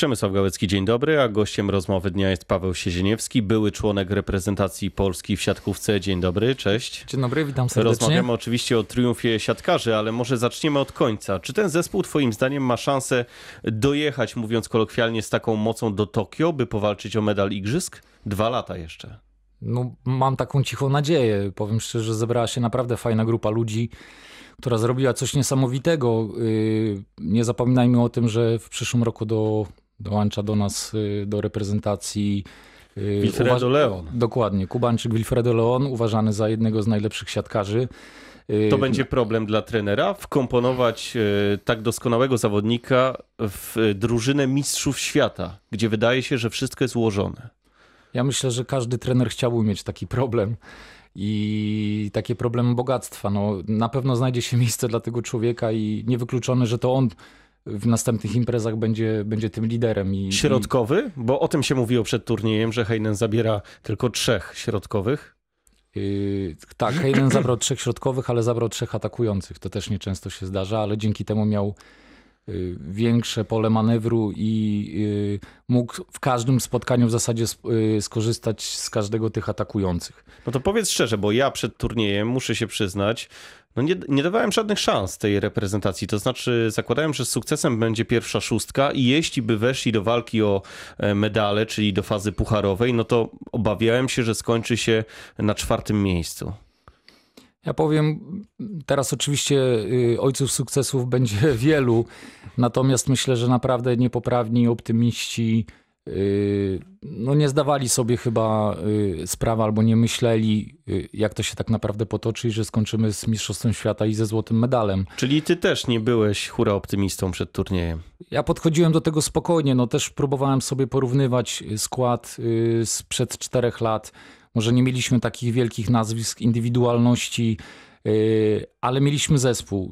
Przemysław Gałecki, dzień dobry, a gościem rozmowy dnia jest Paweł Siezieniewski, były członek reprezentacji Polski w siatkówce. Dzień dobry, cześć. Dzień dobry, witam serdecznie. Rozmawiamy oczywiście o triumfie siatkarzy, ale może zaczniemy od końca. Czy ten zespół twoim zdaniem ma szansę dojechać, mówiąc kolokwialnie, z taką mocą do Tokio, by powalczyć o medal igrzysk? 2 lata jeszcze. No, mam taką cichą nadzieję. Powiem szczerze, że zebrała się naprawdę fajna grupa ludzi, która zrobiła coś niesamowitego. Nie zapominajmy o tym, że w przyszłym roku dołącza do nas do reprezentacji Wilfredo Leon. Dokładnie, Kubańczyk Wilfredo Leon, uważany za jednego z najlepszych siatkarzy. To będzie problem dla trenera, wkomponować tak doskonałego zawodnika w drużynę mistrzów świata, gdzie wydaje się, że wszystko jest ułożone. Ja myślę, że każdy trener chciałby mieć taki problem i takie problemy bogactwa. No, na pewno znajdzie się miejsce dla tego człowieka i niewykluczone, że to on w następnych imprezach będzie tym liderem. Środkowy? Bo o tym się mówiło przed turniejem, że Heinen zabiera tylko 3 środkowych. Tak, Heinen zabrał 3 środkowych, ale zabrał 3 atakujących. To też nieczęsto się zdarza, ale dzięki temu miał większe pole manewru i mógł w każdym spotkaniu w zasadzie skorzystać z każdego tych atakujących. No to powiedz szczerze, bo ja przed turniejem, muszę się przyznać, no nie dawałem żadnych szans tej reprezentacji. To znaczy zakładałem, że z sukcesem będzie pierwsza 6 i jeśli by weszli do walki o medale, czyli do fazy pucharowej, no to obawiałem się, że skończy się na 4. miejscu. Ja powiem, teraz oczywiście ojców sukcesów będzie wielu, natomiast myślę, że naprawdę niepoprawni optymiści no nie zdawali sobie chyba sprawy albo nie myśleli, jak to się tak naprawdę potoczy i że skończymy z mistrzostwem świata i ze złotym medalem. Czyli ty też nie byłeś hura optymistą przed turniejem? Ja podchodziłem do tego spokojnie, no też próbowałem sobie porównywać skład sprzed 4 lat. Może nie mieliśmy takich wielkich nazwisk, indywidualności, ale mieliśmy zespół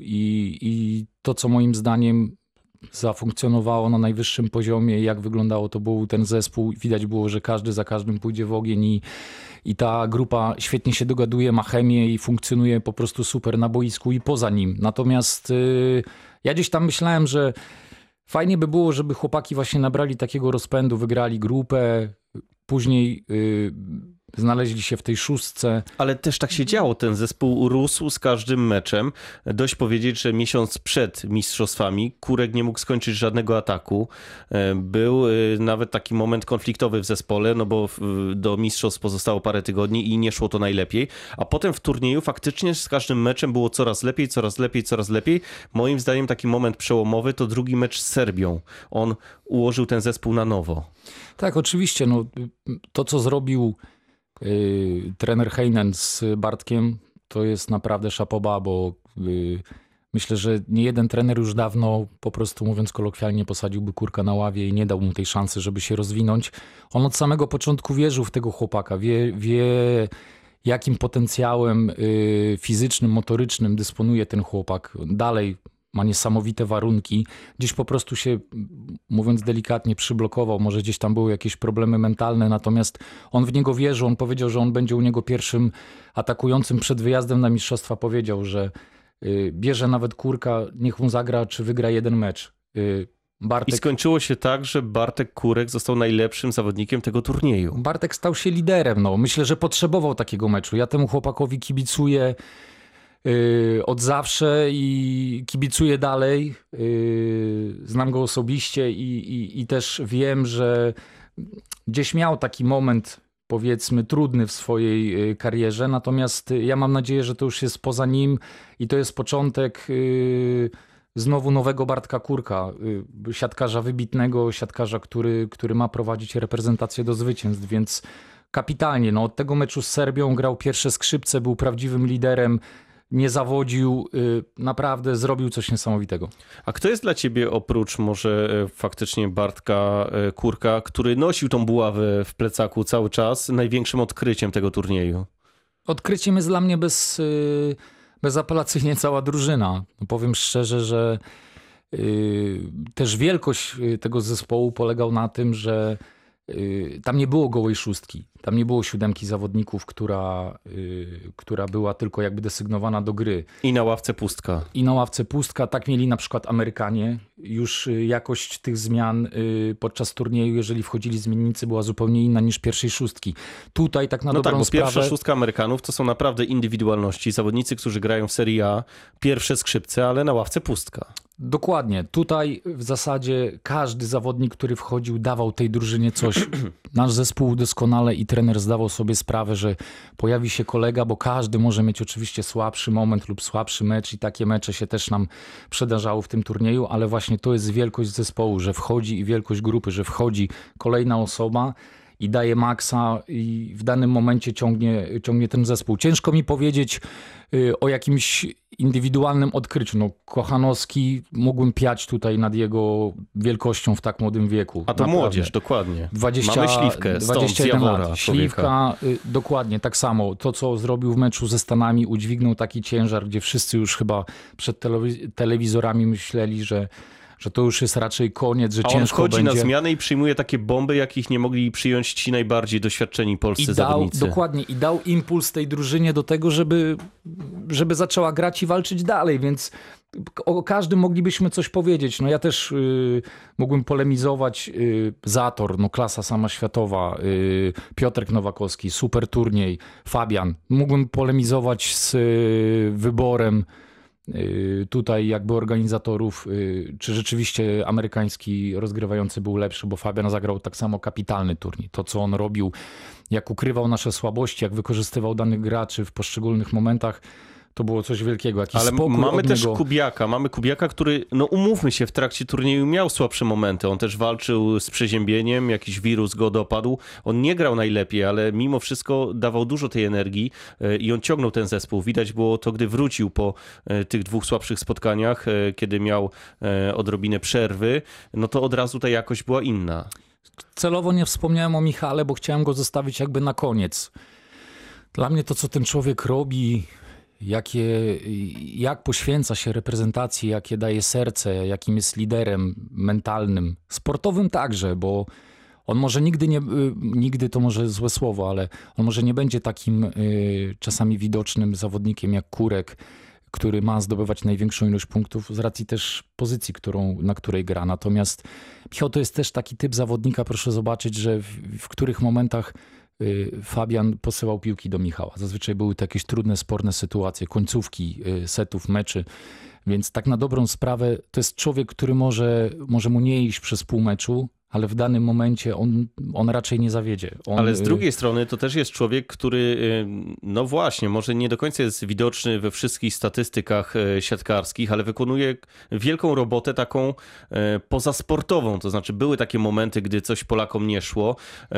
i to, co moim zdaniem zafunkcjonowało na najwyższym poziomie, jak wyglądało, to był ten zespół. Widać było, że każdy za każdym pójdzie w ogień i ta grupa świetnie się dogaduje, ma chemię i funkcjonuje po prostu super na boisku i poza nim. Natomiast ja gdzieś tam myślałem, że fajnie by było, żeby chłopaki właśnie nabrali takiego rozpędu, wygrali grupę, później znaleźli się w tej 6. Ale też tak się działo. Ten zespół rósł z każdym meczem. Dość powiedzieć, że miesiąc przed mistrzostwami Kurek nie mógł skończyć żadnego ataku. Był nawet taki moment konfliktowy w zespole, no bo do mistrzostw pozostało parę tygodni i nie szło to najlepiej. A potem w turnieju faktycznie z każdym meczem było coraz lepiej, coraz lepiej, coraz lepiej. Moim zdaniem taki moment przełomowy to drugi mecz z Serbią. On ułożył ten zespół na nowo. Tak, oczywiście. No, to, co zrobił trener Heinen z Bartkiem, to jest naprawdę szapoba, bo myślę, że nie jeden trener już dawno, po prostu mówiąc kolokwialnie, posadziłby Kurka na ławie i nie dał mu tej szansy, żeby się rozwinąć. On od samego początku wierzył w tego chłopaka, wie jakim potencjałem fizycznym, motorycznym dysponuje ten chłopak. Dalej ma niesamowite warunki. Gdzieś po prostu się, mówiąc delikatnie, przyblokował. Może gdzieś tam były jakieś problemy mentalne, natomiast on w niego wierzył. On powiedział, że on będzie u niego pierwszym atakującym. Przed wyjazdem na mistrzostwa powiedział, że bierze nawet Kurka, niech mu zagra, czy wygra jeden mecz. I skończyło się tak, że Bartek Kurek został najlepszym zawodnikiem tego turnieju. Bartek stał się liderem. No. Myślę, że potrzebował takiego meczu. Ja temu chłopakowi kibicuję od zawsze i kibicuję dalej. Znam go osobiście i też wiem, że gdzieś miał taki moment, powiedzmy, trudny w swojej karierze, natomiast ja mam nadzieję, że to już jest poza nim i to jest początek znowu nowego Bartka Kurka, siatkarza wybitnego, siatkarza, który ma prowadzić reprezentację do zwycięstw, więc kapitalnie. No, od tego meczu z Serbią grał pierwsze skrzypce, był prawdziwym liderem, nie zawodził, naprawdę zrobił coś niesamowitego. A kto jest dla ciebie oprócz może faktycznie Bartka Kurka, który nosił tą buławę w plecaku cały czas, największym odkryciem tego turnieju? Odkryciem jest dla mnie bezapelacyjnie cała drużyna. No, powiem szczerze, że też wielkość tego zespołu polegał na tym, że tam nie było gołej 6. Tam nie było 7 zawodników, która była tylko jakby desygnowana do gry. I na ławce pustka. Tak mieli na przykład Amerykanie. już jakość tych zmian podczas turnieju, jeżeli wchodzili zmiennicy, była zupełnie inna niż pierwszej szóstki. Tutaj tak na dobrą bo sprawę... pierwsza szóstka Amerykanów to są naprawdę indywidualności, zawodnicy, którzy grają w Serie A, pierwsze skrzypce, ale na ławce pustka. Dokładnie. Tutaj w zasadzie każdy zawodnik, który wchodził, dawał tej drużynie coś. Nasz zespół doskonale i trener zdawał sobie sprawę, że pojawi się kolega, bo każdy może mieć oczywiście słabszy moment lub słabszy mecz i takie mecze się też nam przydarzały w tym turnieju, ale właśnie to jest wielkość zespołu, że wchodzi i wielkość grupy, że wchodzi kolejna osoba i daje maksa i w danym momencie ciągnie ten zespół. Ciężko mi powiedzieć o jakimś indywidualnym odkryciu. No, Kochanowski, mógłbym piać tutaj nad jego wielkością w tak młodym wieku. A to naprawdę. Młodzież, dokładnie. 20, Mamy Śliwkę, stąd 21 Jawora, lat. człowieka. Śliwka, dokładnie tak samo. To, co zrobił w meczu ze Stanami, udźwignął taki ciężar, gdzie wszyscy już chyba przed telewizorami myśleli, że to już jest raczej koniec, że A on ciężko wchodzi będzie. na zmianę i przyjmuje takie bomby, jakich nie mogli przyjąć ci najbardziej doświadczeni polscy zawodnicy. Dokładnie, i dał impuls tej drużynie do tego, żeby zaczęła grać i walczyć dalej, więc o każdym moglibyśmy coś powiedzieć. No ja też mógłbym polemizować. Zator, no klasa sama światowa, Piotrek Nowakowski, super turniej, Fabian. Mógłbym polemizować z wyborem tutaj jakby organizatorów, czy rzeczywiście amerykański rozgrywający był lepszy, bo Fabian zagrał tak samo kapitalny turniej. To, co on robił, jak ukrywał nasze słabości, jak wykorzystywał danych graczy w poszczególnych momentach, to było coś wielkiego. Jakiś Ale spokój mamy od też niego. Kubiaka, który, no umówmy się, w trakcie turnieju miał słabsze momenty. On też walczył z przeziębieniem, jakiś wirus go dopadł. On nie grał najlepiej, ale mimo wszystko dawał dużo tej energii i on ciągnął ten zespół. Widać było to, gdy wrócił po tych dwóch słabszych spotkaniach, kiedy miał odrobinę przerwy, no to od razu ta jakość była inna. Celowo nie wspomniałem o Michale, bo chciałem go zostawić jakby na koniec. Dla mnie to, co ten człowiek robi, jak poświęca się reprezentacji, jakie daje serce, jakim jest liderem mentalnym, sportowym także, bo on może nigdy to może złe słowo, ale on może nie będzie takim czasami widocznym zawodnikiem jak Kurek, który ma zdobywać największą ilość punktów z racji też pozycji, na której gra. Natomiast Michał to jest też taki typ zawodnika, proszę zobaczyć, że w których momentach Fabian posyłał piłki do Michała. Zazwyczaj były to jakieś trudne, sporne sytuacje, końcówki setów, meczy. Więc tak na dobrą sprawę to jest człowiek, który może mu nie iść przez pół meczu, ale w danym momencie on raczej nie zawiedzie. Ale z drugiej strony to też jest człowiek, który, no właśnie, może nie do końca jest widoczny we wszystkich statystykach siatkarskich, ale wykonuje wielką robotę taką pozasportową. To znaczy były takie momenty, gdy coś Polakom nie szło.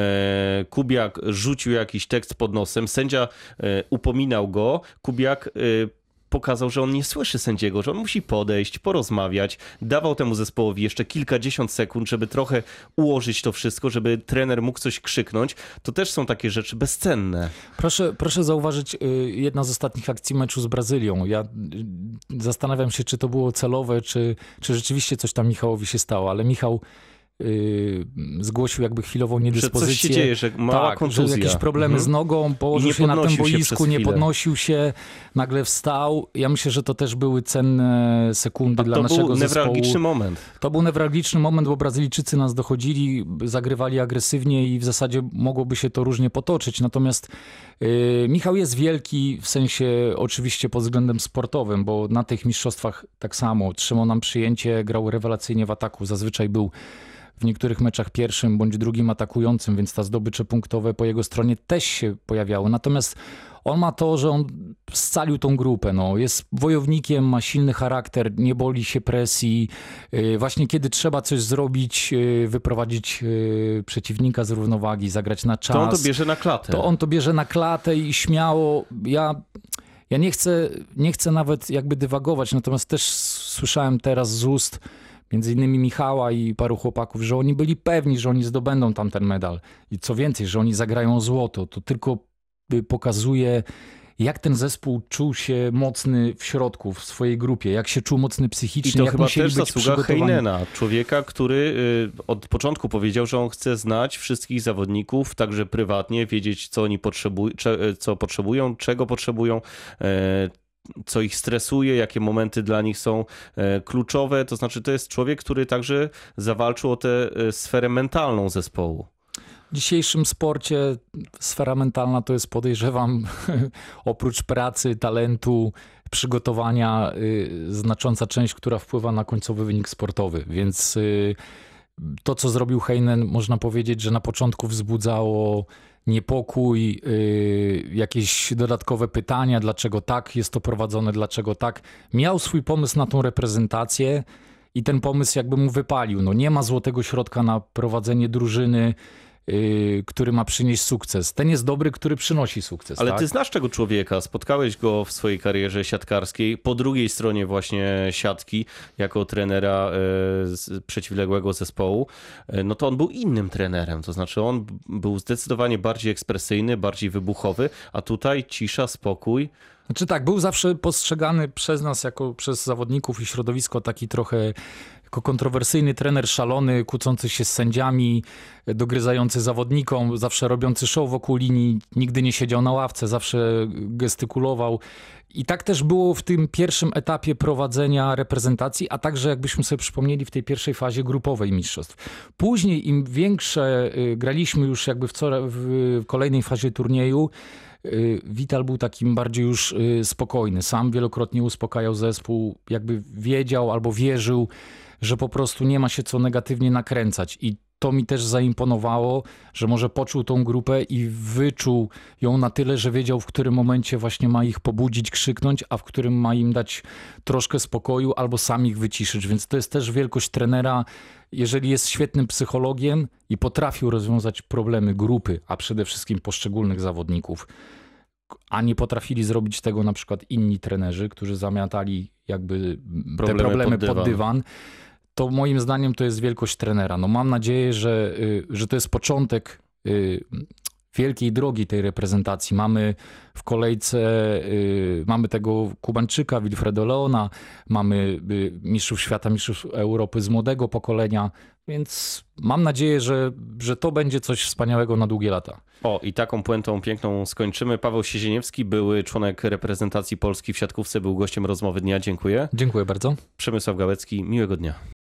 Kubiak rzucił jakiś tekst pod nosem, sędzia upominał go, Kubiak pokazał, że on nie słyszy sędziego, że on musi podejść, porozmawiać, dawał temu zespołowi jeszcze kilkadziesiąt sekund, żeby trochę ułożyć to wszystko, żeby trener mógł coś krzyknąć. To też są takie rzeczy bezcenne. Proszę zauważyć, jedna z ostatnich akcji meczu z Brazylią. Ja zastanawiam się, czy to było celowe, czy rzeczywiście coś tam Michałowi się stało, ale Michał zgłosił jakby chwilową niedyspozycję. Że coś się dzieje, że mała kontuzja. Że jakieś problemy z nogą, położył się na tym boisku, nie podnosił się, nagle wstał. Ja myślę, że to też były cenne sekundy dla naszego zespołu. To był newralgiczny moment. To był newralgiczny moment, bo Brazylijczycy nas dochodzili, zagrywali agresywnie i w zasadzie mogłoby się to różnie potoczyć. Natomiast Michał jest wielki w sensie oczywiście pod względem sportowym, bo na tych mistrzostwach tak samo trzymał nam przyjęcie, grał rewelacyjnie w ataku. Zazwyczaj był w niektórych meczach pierwszym bądź drugim atakującym, więc te zdobycze punktowe po jego stronie też się pojawiały. Natomiast on ma to, że on scalił tą grupę. No. Jest wojownikiem, ma silny charakter, nie boi się presji. Właśnie kiedy trzeba coś zrobić, wyprowadzić przeciwnika z równowagi, zagrać na czas. To on to bierze na klatę. To on to bierze na klatę i śmiało. Ja nie chcę nawet jakby dywagować, natomiast też słyszałem teraz z ust między innymi Michała i paru chłopaków, że oni byli pewni, że oni zdobędą tam ten medal. I co więcej, że oni zagrają o złoto. To tylko pokazuje, jak ten zespół czuł się mocny w środku, w swojej grupie, jak się czuł mocny psychicznie. I to jak chyba musieli też być zasługa Heinena, człowieka, który od początku powiedział, że on chce znać wszystkich zawodników, także prywatnie, wiedzieć, co oni co potrzebują, czego potrzebują. co ich stresuje, jakie momenty dla nich są kluczowe. To znaczy, to jest człowiek, który także zawalczył o tę sferę mentalną zespołu. W dzisiejszym sporcie sfera mentalna to jest, podejrzewam, oprócz pracy, talentu, przygotowania, znacząca część, która wpływa na końcowy wynik sportowy. Więc to, co zrobił Heinen, można powiedzieć, że na początku wzbudzało niepokój, jakieś dodatkowe pytania, dlaczego tak jest to prowadzone, dlaczego tak. Miał swój pomysł na tą reprezentację i ten pomysł jakby mu wypalił. No nie ma złotego środka na prowadzenie drużyny, który ma przynieść sukces. Ten jest dobry, który przynosi sukces. Ale tak? ty znasz tego człowieka, spotkałeś go w swojej karierze siatkarskiej, po drugiej stronie właśnie siatki, jako trenera z przeciwległego zespołu, no to on był innym trenerem, to znaczy on był zdecydowanie bardziej ekspresyjny, bardziej wybuchowy, a tutaj cisza, spokój. Znaczy tak, był zawsze postrzegany przez nas, jako przez zawodników i środowisko, taki trochę jako kontrowersyjny trener, szalony, kłócący się z sędziami, dogryzający zawodnikom, zawsze robiący show wokół linii, nigdy nie siedział na ławce, zawsze gestykulował. I tak też było w tym pierwszym etapie prowadzenia reprezentacji, a także, jakbyśmy sobie przypomnieli, w tej pierwszej fazie grupowej mistrzostw. Później im większe graliśmy już jakby w kolejnej fazie turnieju, Vital był takim bardziej już spokojny. Sam wielokrotnie uspokajał zespół, jakby wiedział albo wierzył, że po prostu nie ma się co negatywnie nakręcać. I to mi też zaimponowało, że może poczuł tą grupę i wyczuł ją na tyle, że wiedział, w którym momencie właśnie ma ich pobudzić, krzyknąć, a w którym ma im dać troszkę spokoju albo sam ich wyciszyć. Więc to jest też wielkość trenera, jeżeli jest świetnym psychologiem i potrafił rozwiązać problemy grupy, a przede wszystkim poszczególnych zawodników, a nie potrafili zrobić tego na przykład inni trenerzy, którzy zamiatali jakby te problemy pod dywan, to moim zdaniem to jest wielkość trenera. No mam nadzieję, że to jest początek wielkiej drogi tej reprezentacji. Mamy w kolejce, mamy tego Kubańczyka, Wilfredo Leona, mamy mistrzów świata, mistrzów Europy z młodego pokolenia, więc mam nadzieję, że to będzie coś wspaniałego na długie lata. O, i taką puentą piękną skończymy. Paweł Siezieniewski, były członek reprezentacji Polski w siatkówce, był gościem rozmowy dnia. Dziękuję. Dziękuję bardzo. Przemysław Gałecki, miłego dnia.